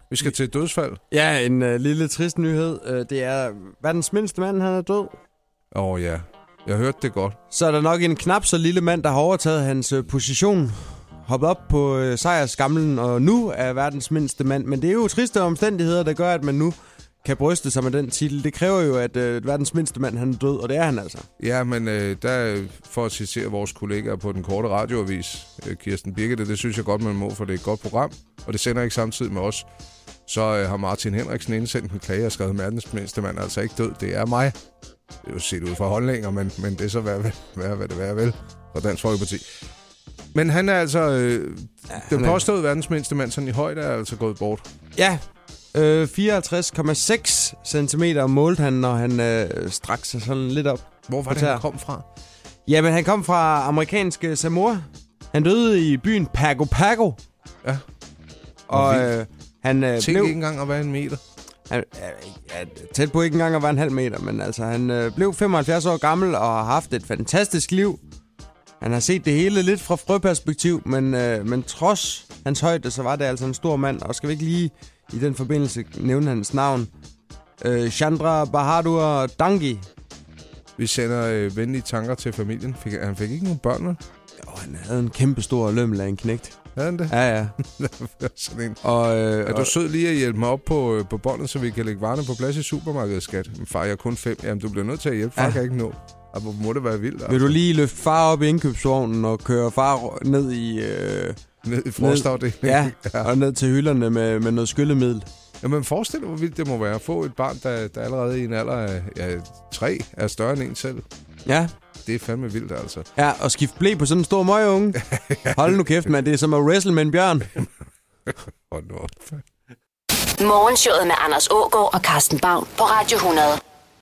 Vi skal til et dødsfald. Ja, en lille trist nyhed. Det er verdens mindste mand, han er død. Ja, jeg hørte det godt. Så er der nok en knap så lille mand, der har overtaget hans position. Hoppet op på sejrskamlen, og nu er verdens mindste mand. Men det er jo triste omstændigheder, der gør, at man nu kan bryste sig med den titel. Det kræver jo, at verdens mindste mand, han er død, og det er han altså. Ja, men der for at citere vores kollegaer på den korte radioavis, Kirsten Birgit, det synes jeg godt, man må, for det er et godt program, og det sender ikke samtidig med os. Så har Martin Henriksen indsendt en klage og skrevet, verdens mindste mand er altså ikke død, det er mig. Det er jo set ud fra holdninger, men det er så hvad det være vel fra Dansk Folkeparti. Men han er altså, den påståede verdens mindste mand, sådan i højde, er altså gået bort. Ja, 54,6 centimeter målte han, når han strak sig sådan lidt op. Hvor var det, han kom fra? Jamen, han kom fra amerikanske Samoa. Han døde i byen Pago Pago. Ja. Og han blev... ikke engang at være en meter. Han, tæt på ikke engang at være en halv meter, men altså, han blev 75 år gammel og har haft et fantastisk liv. Han har set det hele lidt fra frøperspektiv, men trods hans højde, så var det altså en stor mand. Og skal vi ikke lige i den forbindelse nævne hans navn? Chandra Bahadur Dangi. Vi sender venlige tanker til familien. Han fik ikke nogen børn, vel? Jo, han havde en kæmpe stor lømmel af en knægt. Havde han det? Ja. Sådan en. Er du sød lige at hjælpe mig op på båndet, så vi kan lægge varerne på plads i supermarkedet, skat? Far, jeg er kun 5. Jamen, du bliver nødt til at hjælpe. Far kan ikke nå. Og hvor må det være vildt, altså. Vil du lige løfte far op i indkøbsvognen og køre far ned i... ned i frostafdelingen? Ja, og ned til hylderne med noget skyllemiddel. Jamen, forestil dig, hvor vildt det må være at få et barn, der allerede i en alder af 3 er større end en selv. Ja. Det er fandme vildt, altså. Ja, og skifte ble på sådan en stor møgeunge. Hold nu kæft, mand. Det er som at wrestle med en bjørn. Morgenshowet med Anders Aagaard og Carsten Baum på Radio 100.